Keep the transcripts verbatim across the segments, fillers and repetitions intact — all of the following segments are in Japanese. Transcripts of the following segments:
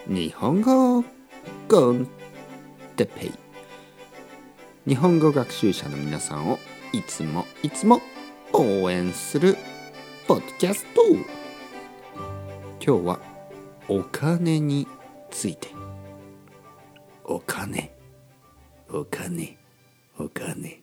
日本語コンテペイ。日本語学習者の皆さんをいつもいつも応援するポッドキャスト。今日はお金について。お金お金お金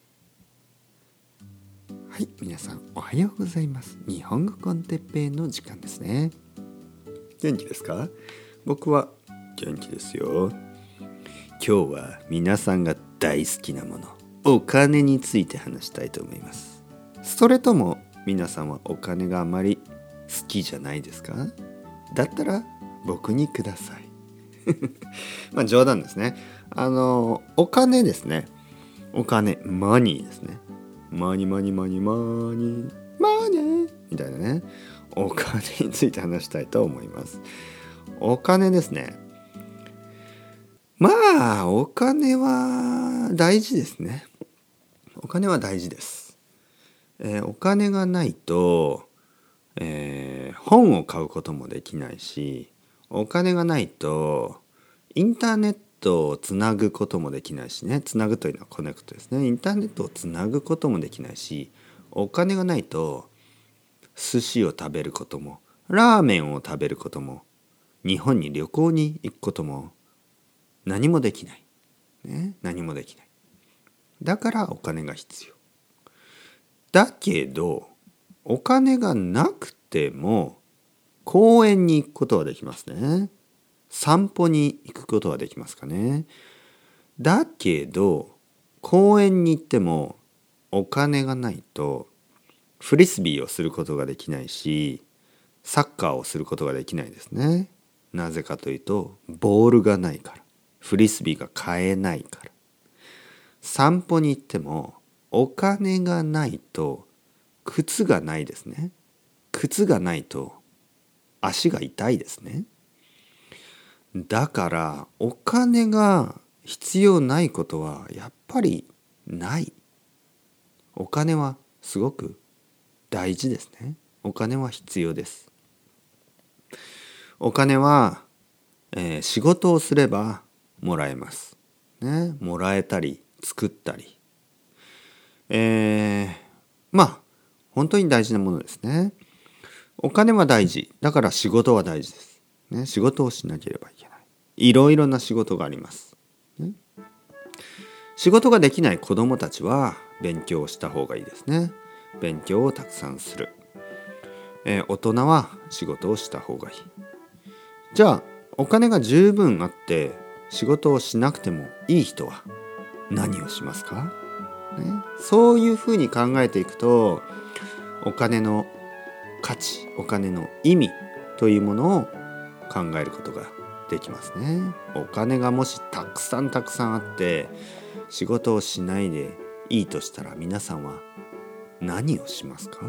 はい、皆さんおはようございます。日本語コンテッペイの時間ですね。元気ですか？僕は元気ですよ。今日は皆さんが大好きなもの、お金について話したいと思います。それとも皆さんはお金があまり好きじゃないですか？だったら僕にください。まあ冗談ですね。あのお金ですね。お金、マニーですね。マニマニマニマニマニーみたいなね。お金について話したいと思います。お金ですね。まあお金は大事ですね。お金は大事です。えー、お金がないと、えー、本を買うこともできないし、お金がないとインターネットをつなぐこともできないしね。つなぐというのはコネクトですね。インターネットをつなぐこともできないし、お金がないと寿司を食べることもラーメンを食べることも日本に旅行に行くことも何もできない、ね、何もできない。だからお金が必要。だけどお金がなくても公園に行くことはできますね。散歩に行くことはできますかね。だけど公園に行ってもお金がないとフリスビーをすることができないし、サッカーをすることができないですね。なぜかというとボールがないから、フリスビーが買えないから。散歩に行ってもお金がないと靴がないですね。靴がないと足が痛いですね。だからお金が必要ないことはやっぱりない。お金はすごく大事ですね。お金は必要です。お金は、えー、仕事をすればもらえます。ね、もらえたり作ったり。えー、まあ本当に大事なものですね。お金は大事。だから仕事は大事です。ね、仕事をしなければいけない。いろいろな仕事があります。ね、仕事ができない子どもたちは勉強をした方がいいですね。勉強をたくさんする。えー、大人は仕事をした方がいい。じゃあお金が十分あって仕事をしなくてもいい人は何をしますか？ね、そういうふうに考えていくとお金の価値、お金の意味というものを考えることができますね。お金がもしたくさんたくさんあって仕事をしないでいいとしたら皆さんは何をしますか？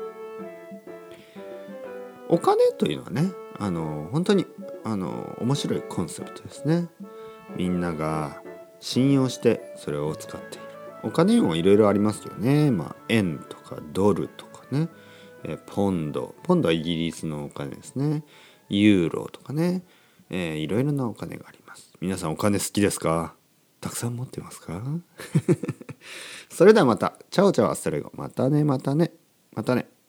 お金というのはね、あの本当にあの面白いコンセプトですね。みんなが信用してそれを使っている。お金にもいろいろありますよね。まあ円とかドルとかね、えポンド、ポンドはイギリスのお金ですね。ユーロとかね、えー、いろいろなお金があります。皆さんお金好きですか？たくさん持ってますか？それではまた。チャオチャオアスタレゴ。またねまたねまたね。